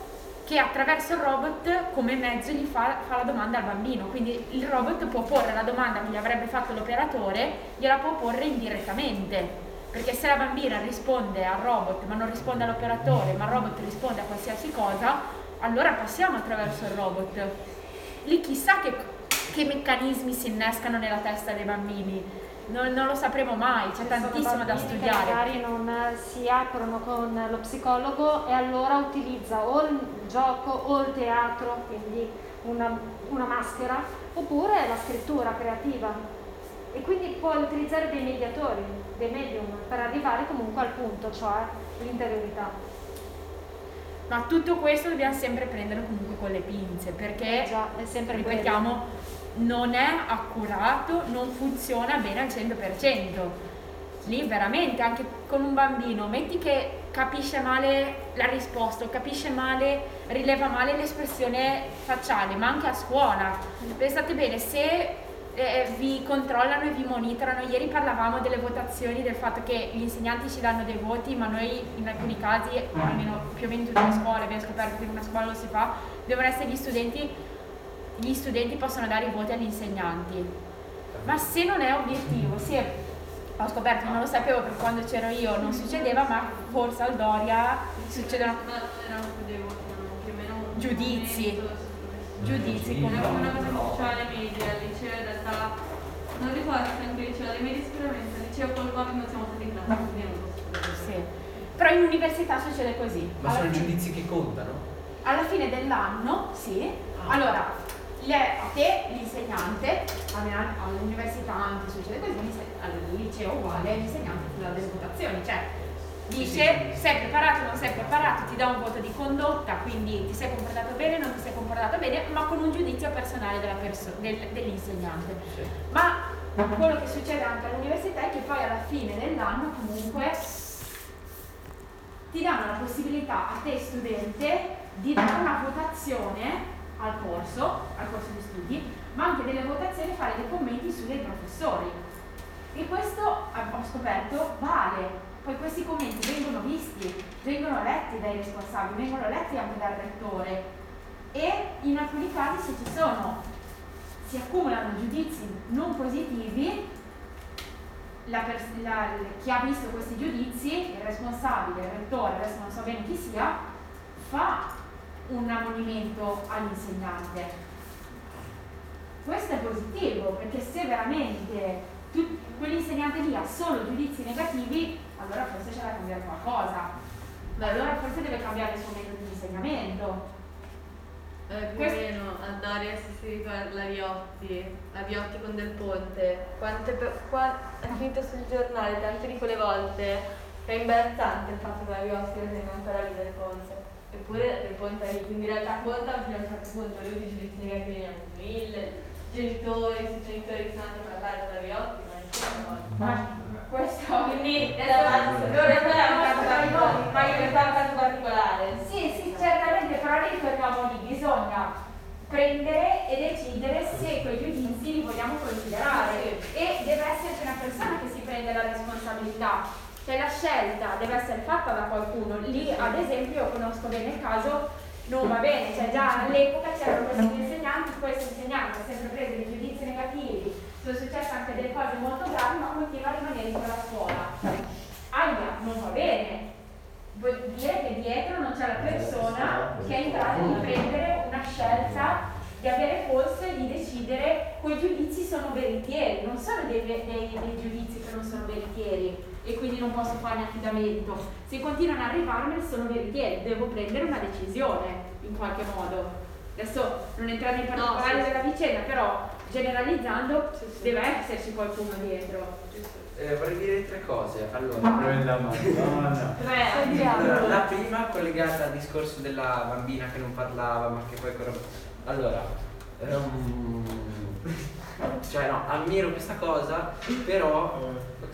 che attraverso il robot come mezzo gli fa la domanda al bambino, quindi il robot può porre la domanda che gli avrebbe fatto l'operatore, gliela può porre indirettamente, perché se la bambina risponde al robot ma non risponde all'operatore, ma il robot risponde a qualsiasi cosa, allora passiamo attraverso il robot. Lì chissà che meccanismi si innescano nella testa dei bambini, non lo sapremo mai, c'è tantissimo da studiare. Magari non si aprono con lo psicologo e allora utilizza o il gioco o il teatro, quindi una maschera, oppure la scrittura creativa, e quindi può utilizzare dei mediatori, dei medium, per arrivare comunque al punto, cioè l'interiorità. Ma tutto questo dobbiamo sempre prendere comunque con le pinze, perché Già, è sempre ripetiamo, non è accurato, non funziona bene al 100%. Lì veramente, anche con un bambino, metti che capisce male la risposta, capisce male, rileva male l'espressione facciale, ma anche a scuola. Pensate bene, se vi controllano e vi monitorano, ieri parlavamo delle votazioni, del fatto che gli insegnanti ci danno dei voti, ma noi in alcuni casi, almeno più o meno in tutte le scuole, abbiamo scoperto che in una scuola lo si fa, devono essere gli studenti possono dare i voti agli insegnanti. Ma se non è obiettivo, ho scoperto, non lo sapevo perché quando c'ero io non succedeva, ma forse al Doria succedono giudizi come una cosa sociale media, al liceo in realtà non ricordo se anche il liceo, alle medie sicuramente, al liceo col Covid non siamo stati in classe, quindi non posso. sì. Però in università succede così. Ma sono giudizi che contano? Alla fine dell'anno, sì. Allora, te, l'insegnante, all'università anche succede così, al liceo uguale, l'insegnante ti dà delle votazioni, cioè dice sei preparato, non sei preparato, ti dà un voto di condotta, quindi ti sei comportato bene, non ti sei comportato bene, ma con un giudizio personale dell'insegnante. Sì. Ma quello che succede anche all'università è che poi alla fine dell'anno comunque ti danno la possibilità a te studente di dare una votazione al corso di studi, ma anche delle votazioni, fare dei commenti su dei professori. E questo ho scoperto vale. Poi questi commenti vengono visti, vengono letti dai responsabili, vengono letti anche dal rettore, e in alcuni casi se si accumulano giudizi non positivi, chi ha visto questi giudizi, il responsabile, il rettore, adesso non so bene chi sia, fa un ammonimento all'insegnante. Questo è positivo, perché se veramente quell'insegnante lì ha solo giudizi negativi, allora forse c'è da cambiare qualcosa. Allora forse deve cambiare il suo metodo di insegnamento. Più o meno a Doria si ricorda la Viotti con Del Ponte, è finito sul giornale tante di quelle volte, è imbarazzante il fatto che la Viotti la tenga ancora lì Del Ponte, eppure Del Ponte è lì, quindi in realtà conta fino a un certo punto, lui dice giudizi negativi ne ha 1000, genitori che sono andati a parlare con la Viotti, ma nessuno. Questo Quindi loro è un caso particolare. sì, certamente, però ritorniamo lì, bisogna prendere e decidere se quei giudizi li vogliamo considerare, e deve esserci una persona che si prende la responsabilità, cioè la scelta deve essere fatta da qualcuno. Lì ad esempio io conosco bene il caso, non va bene, cioè già all'epoca c'erano questi insegnanti, questo insegnante ha sempre preso dei giudizi negativi, sono successe anche delle cose molto gravi, ma continua a rimanere in quella scuola. Ahia, non va bene. Vuol dire che dietro non c'è la persona che è in grado di prendere una scelta, di avere polso e di decidere quei giudizi sono veritieri, non sono dei giudizi che non sono veritieri e quindi non posso farne affidamento. Se continuano ad arrivarmi sono veritieri, devo prendere una decisione in qualche modo. Adesso non entrare nei particolari della vicenda, però generalizzando deve esserci qualcuno dietro. Vorrei dire 3 cose. Allora, la prima collegata al discorso della bambina che non parlava, ma che poi allora cioè no, ammiro questa cosa, però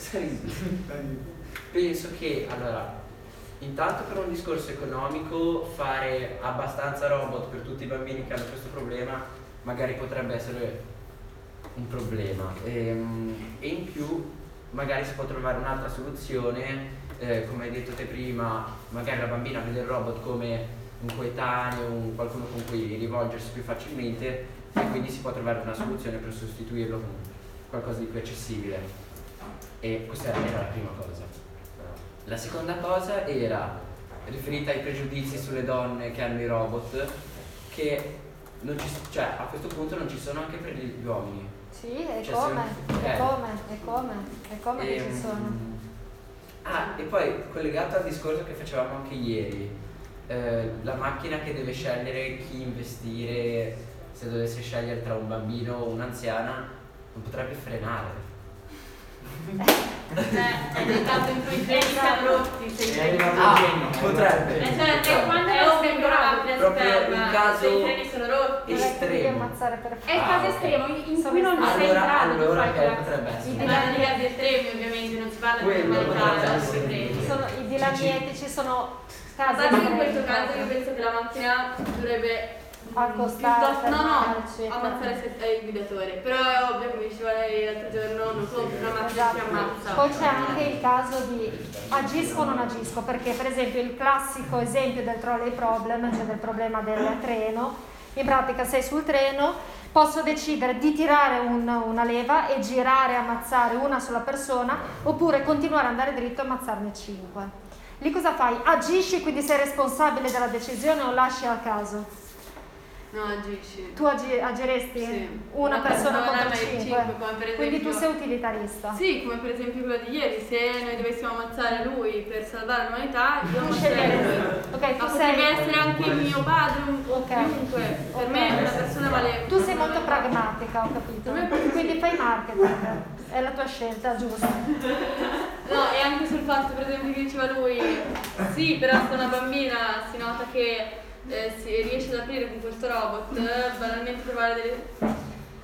penso che allora intanto per un discorso economico fare abbastanza robot per tutti i bambini che hanno questo problema magari potrebbe essere un problema, e in più magari si può trovare un'altra soluzione, come hai detto te prima, magari la bambina vede il robot come un coetaneo, qualcuno con cui rivolgersi più facilmente, e quindi si può trovare una soluzione per sostituirlo con qualcosa di più accessibile. E questa era la prima cosa. La seconda cosa era riferita ai pregiudizi sulle donne che hanno i robot, che non ci, cioè, a questo punto non ci sono anche per gli uomini. Sì, e Cioè, come? se- E come che ci sono? E poi collegato al discorso che facevamo anche ieri, la macchina che deve scegliere chi investire, se dovesse scegliere tra un bambino o un'anziana, non potrebbe frenare. È nel caso in cui i treni siano rotti, se i treni Potrebbe. cioè, E quando è lo ovvio che una macchina si Proprio ferma, in caso se i treni sono rotti. Non è che devi estremo. ammazzare per è il caso ok. estremo in cui non sei in Allora, grado di allora fare ok, quella- potrebbe essere. Ma non di casi estremi ovviamente, non si parla di Quello normalità, potrebbe no, essere. sui treni. Sono i dilemmi etici, sono A casi parte che in estremi questo caso io proprio. penso che la macchina dovrebbe Accostare, piuttosto- no, fermarci, ammazzare il guidatore. Però è ovvio, come diceva lei l'altro giorno, non compri una macchina che Esatto. ammazza. Poi c'è anche il caso di agisco o non agisco, perché per esempio il classico esempio del trolley problem, cioè del problema del treno, in pratica sei sul treno, posso decidere di tirare una leva e girare e ammazzare una sola persona, oppure continuare ad andare dritto e ammazzarne 5. Lì cosa fai? Agisci, quindi sei responsabile della decisione, o lasci al caso? No, agisci. Tu agiresti Sì. una persona ma contro il 5, cinque, come per quindi tu esempio- sei utilitarista. Sì, come per esempio quello di ieri, se noi dovessimo ammazzare lui per salvare l'umanità, io Tu ammazzerei lui. sceglieresti. Ok, Ma tu potrebbe sei, essere anche il mio padre, Ok. chiunque. Per Ok. me una persona vale. tu sei molto pragmatica, ho capito. Quindi fai marketing, è la tua scelta, giusto? No, e anche sul fatto, per esempio, che diceva lui, sì, però se una bambina si nota che si riesce ad aprire con questo robot, banalmente trovare delle.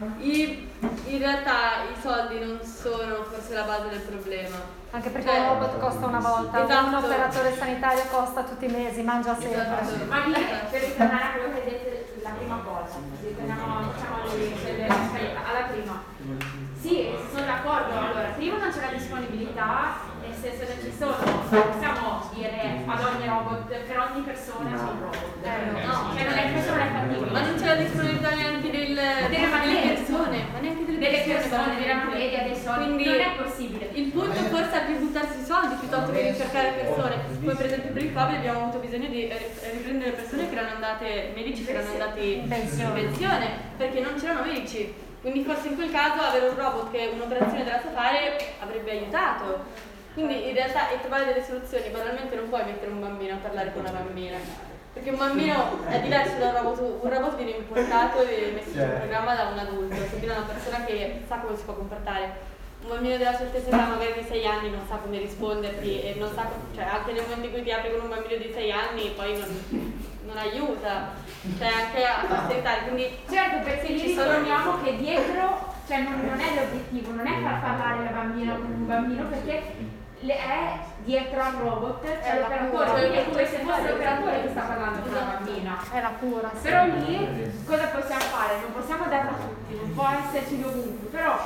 In realtà i soldi non sono forse la base del problema. Anche perché Cioè, un robot costa una volta, esatto. un operatore sanitario costa tutti i mesi, mangia sempre. Esatto. Ma lì, per ritornare a quello che hai detto la prima cosa, ritorniamo diciamo alla prima. Sì, sono d'accordo. Allora, prima non c'è la disponibilità, nel senso che ci sono, possiamo dire ad ogni robot, per ogni persona c'è un robot. No, cioè non è, questo non è fattibile. Ma non c'è la disponibilità neanche delle persone, ma neanche delle persone, delle media dei soldi. Quindi Non è possibile. il punto forse è più buttarsi i soldi piuttosto che ricercare persone. Come per esempio per il Covid abbiamo avuto bisogno di riprendere persone che erano andate, medici che erano andati in pensione, perché non c'erano medici. Quindi forse in quel caso avere un robot che un'operazione te la sa fare avrebbe aiutato. Quindi in realtà e trovare delle soluzioni, banalmente non puoi mettere un bambino a parlare con una bambina. Perché un bambino è diverso da un robot viene importato e messo in programma da un adulto, quindi da una persona che sa come si può comportare. Un bambino della certa età, magari di 6 anni, non sa come risponderti e non sa, cioè anche nel momento in cui ti apri con un bambino di 6 anni poi non aiuta, cioè anche a facilitare, quindi Certo, perché lì Ci sono- ricordiamo che dietro, cioè non è l'obiettivo, non è far parlare la bambina con un bambino, perché è dietro al robot c'è la l'operatore, cura. quindi è come se fosse l'operatore che sta parlando con la bambina. È la cura, sì. Però lì cosa possiamo fare? Non possiamo darlo a tutti, non può esserci dovunque, però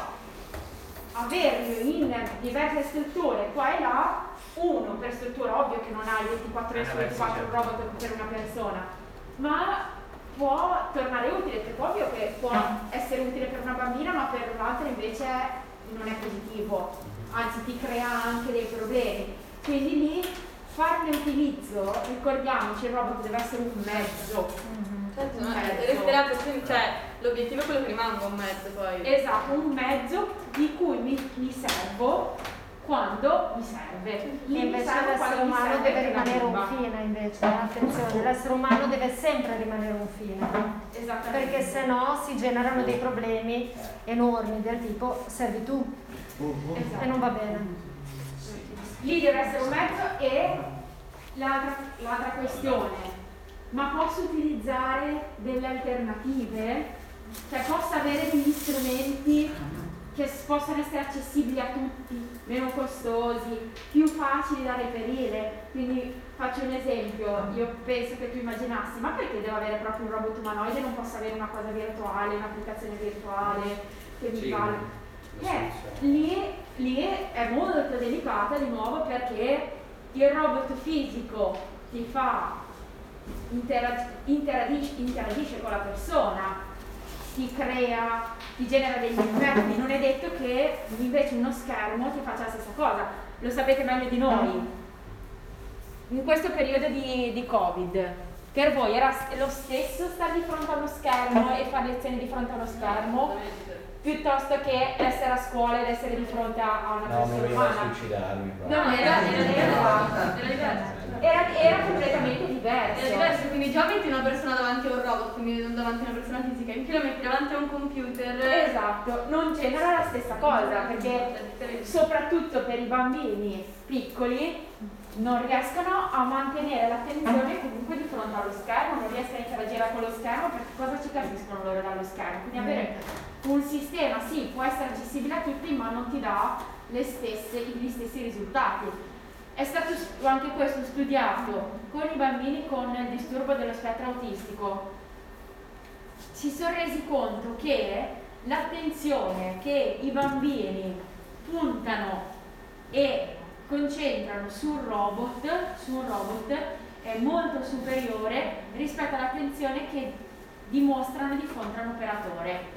averlo in diverse strutture qua e là, uno per struttura, ovvio che non hai 24 ore su 24 un robot per una persona, ma può tornare utile, perché ovvio che può essere utile per una bambina, ma per un'altra invece non è positivo, anzi ti crea anche dei problemi. Quindi lì farne utilizzo, ricordiamoci, il robot deve essere un mezzo. certo, no, Mezzo. resterà per cioè l'obiettivo è quello che rimanga un mezzo poi. Esatto, un mezzo di cui mi servo quando mi serve. E Mi invece servo l'essere quando mi umano serve deve per la rimanere un bimba. fine, invece, attenzione, l'essere umano deve sempre rimanere un fine, Esattamente. perché se no si generano dei problemi enormi del tipo servitù Esatto. e non va bene. Lì deve essere un mezzo e l'altra questione, ma posso utilizzare delle alternative? Cioè posso avere degli strumenti che possano essere accessibili a tutti, meno costosi, più facili da reperire. Quindi faccio un esempio, io penso che tu immaginassi, ma perché devo avere proprio un robot umanoide, non posso avere una cosa virtuale, un'applicazione virtuale che mi Sì, fa... una Lì è molto delicata di nuovo, perché il robot fisico ti fa interagisce con la persona, ti crea, ti genera degli effetti. Non è detto che invece uno schermo ti faccia la stessa cosa, lo sapete meglio di noi. In questo periodo di Covid, per voi era lo stesso stare di fronte allo schermo e fare lezioni di fronte allo schermo piuttosto che essere a scuola ed essere di fronte a una persona mi viene a umana? suicidarmi No, era completamente diverso. È diverso, quindi già metti una persona davanti a un robot, quindi non davanti a una persona fisica, in più lo metti davanti a un computer. Esatto, non genera la stessa cosa, perché soprattutto per i bambini piccoli non riescono a mantenere l'attenzione comunque di fronte allo schermo, non riescono a interagire con lo schermo, perché cosa ci capiscono loro dallo schermo? Quindi avere un sistema, sì, può essere accessibile a tutti, ma non ti dà gli stessi risultati. È stato anche questo studiato con i bambini con il disturbo dello spettro autistico. Si sono resi conto che l'attenzione che i bambini puntano e concentrano sul robot è molto superiore rispetto all'attenzione che dimostrano di fronte a un operatore.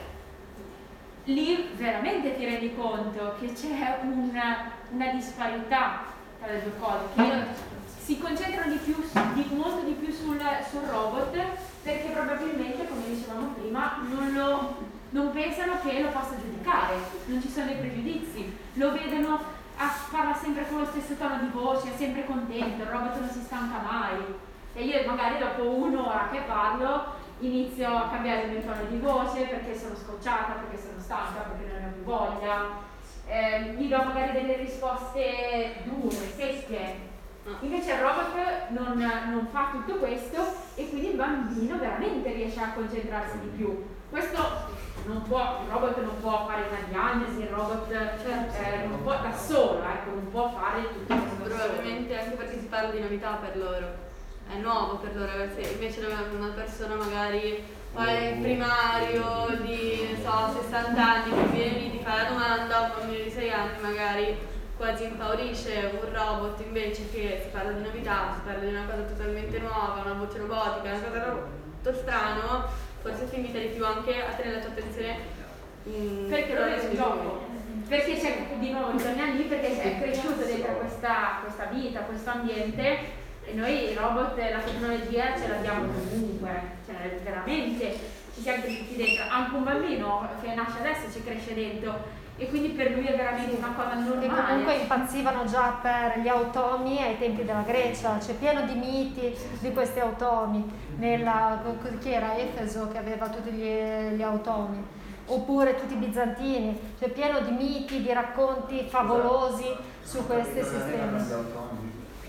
Lì veramente ti rendi conto che c'è una disparità tra le due cose, che si concentrano molto di più sul robot, perché probabilmente, come dicevamo prima, non pensano che lo possa giudicare, non ci sono dei pregiudizi, lo vedono, parla sempre con lo stesso tono di voce, è sempre contento, il robot non si stanca mai. E io magari dopo un'ora che parlo inizio a cambiare il mio tono di voce perché sono scocciata, perché sono stanca, perché non ho più voglia. Gli do magari delle risposte dure, secche. Invece il robot non fa tutto questo e quindi il bambino veramente riesce a concentrarsi di più. Questo il robot non può fare una diagnosi, il robot non può da solo, non può fare tutto questo. Probabilmente anche perché si parla di novità per loro, è nuovo per loro, se invece una persona magari fa il primario di 60 anni che viene lì, ti fa la domanda, un bambino di 6 anni magari quasi impaurisce. Un robot invece, che si parla di novità, si parla di una cosa totalmente nuova, una voce robotica, una cosa tutto strano, forse ti invita di più anche a tenere la tua attenzione perché lo è un gioco, perché c'è di nuovo bisogna lì, perché è cresciuto dentro questa vita, questo ambiente, e noi i robot, la tecnologia ce l'abbiamo comunque, cioè veramente ci siamo cresciuti dentro. Anche un bambino che nasce adesso ci cresce dentro e quindi per lui è veramente una cosa normale. E comunque impazzivano già per gli automi ai tempi della Grecia, c'è pieno di miti di questi automi, chi era Efeso che aveva tutti gli automi, oppure tutti i bizantini, c'è pieno di miti, di racconti favolosi su questi sistemi.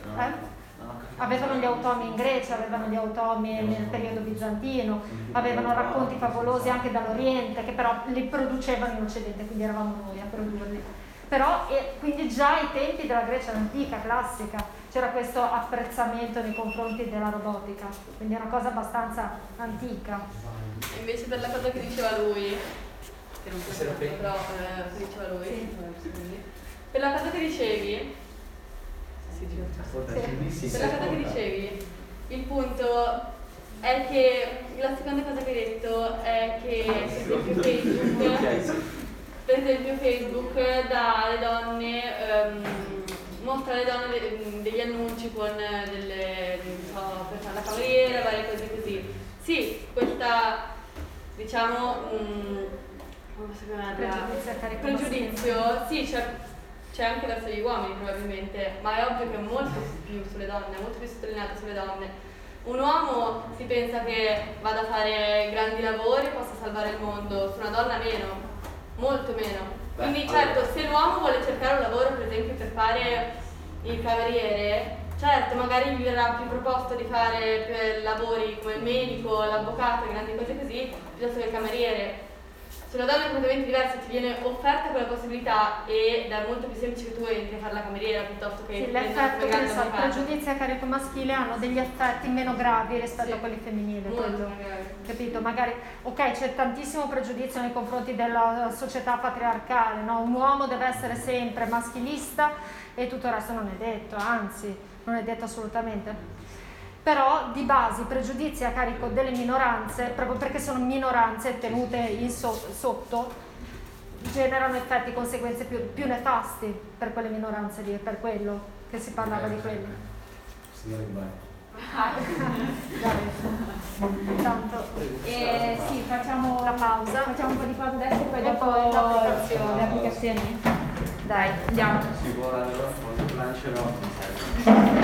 Avevano gli automi in Grecia, avevano gli automi nel periodo bizantino, avevano racconti favolosi anche dall'Oriente, che però li producevano in Occidente, quindi eravamo noi a produrli. Però quindi già ai tempi della Grecia antica, classica, c'era questo apprezzamento nei confronti della robotica, quindi è una cosa abbastanza antica. E invece per la cosa che diceva lui, che non so però che diceva lui, per la cosa che dicevi, per la cosa che dicevi, il punto è che la seconda cosa che hai detto è che per esempio Facebook dà alle donne, mostra alle donne degli annunci con delle, per fare la cameriera, varie cose così. Sì, questa, diciamo, come posso chiamarla? Pregiudizio, sì, c'è anche verso gli uomini probabilmente, ma è ovvio che è molto più sulle donne, è molto più sottolineato sulle donne. Un uomo si pensa che vada a fare grandi lavori, possa salvare il mondo, su una donna meno, molto meno. Quindi certo, se l'uomo vuole cercare un lavoro per esempio per fare il cameriere, certo magari gli verrà più proposto di fare per lavori come il medico, l'avvocato, grandi cose così, piuttosto che il cameriere. Sulla donna è completamente diversa, ti viene offerta quella possibilità ed è molto più semplice che tu entri a fare la cameriera piuttosto che l'effetto, che i pregiudizi a carico maschile hanno degli effetti meno gravi rispetto a quelli femminili, capito? Magari, ok, c'è tantissimo pregiudizio nei confronti della società patriarcale, no? Un uomo deve essere sempre maschilista e tutto il resto non è detto, anzi, non è detto assolutamente. però di base i pregiudizi a carico delle minoranze, proprio perché sono minoranze tenute sotto, generano effetti e conseguenze più nefasti per quelle minoranze lì, è per quello che si parlava di quelli. Intanto sì, facciamo la pausa, facciamo un po' di pausa adesso e poi e dopo poi le applicazioni. dai, Andiamo. Si può, allora, lancerò.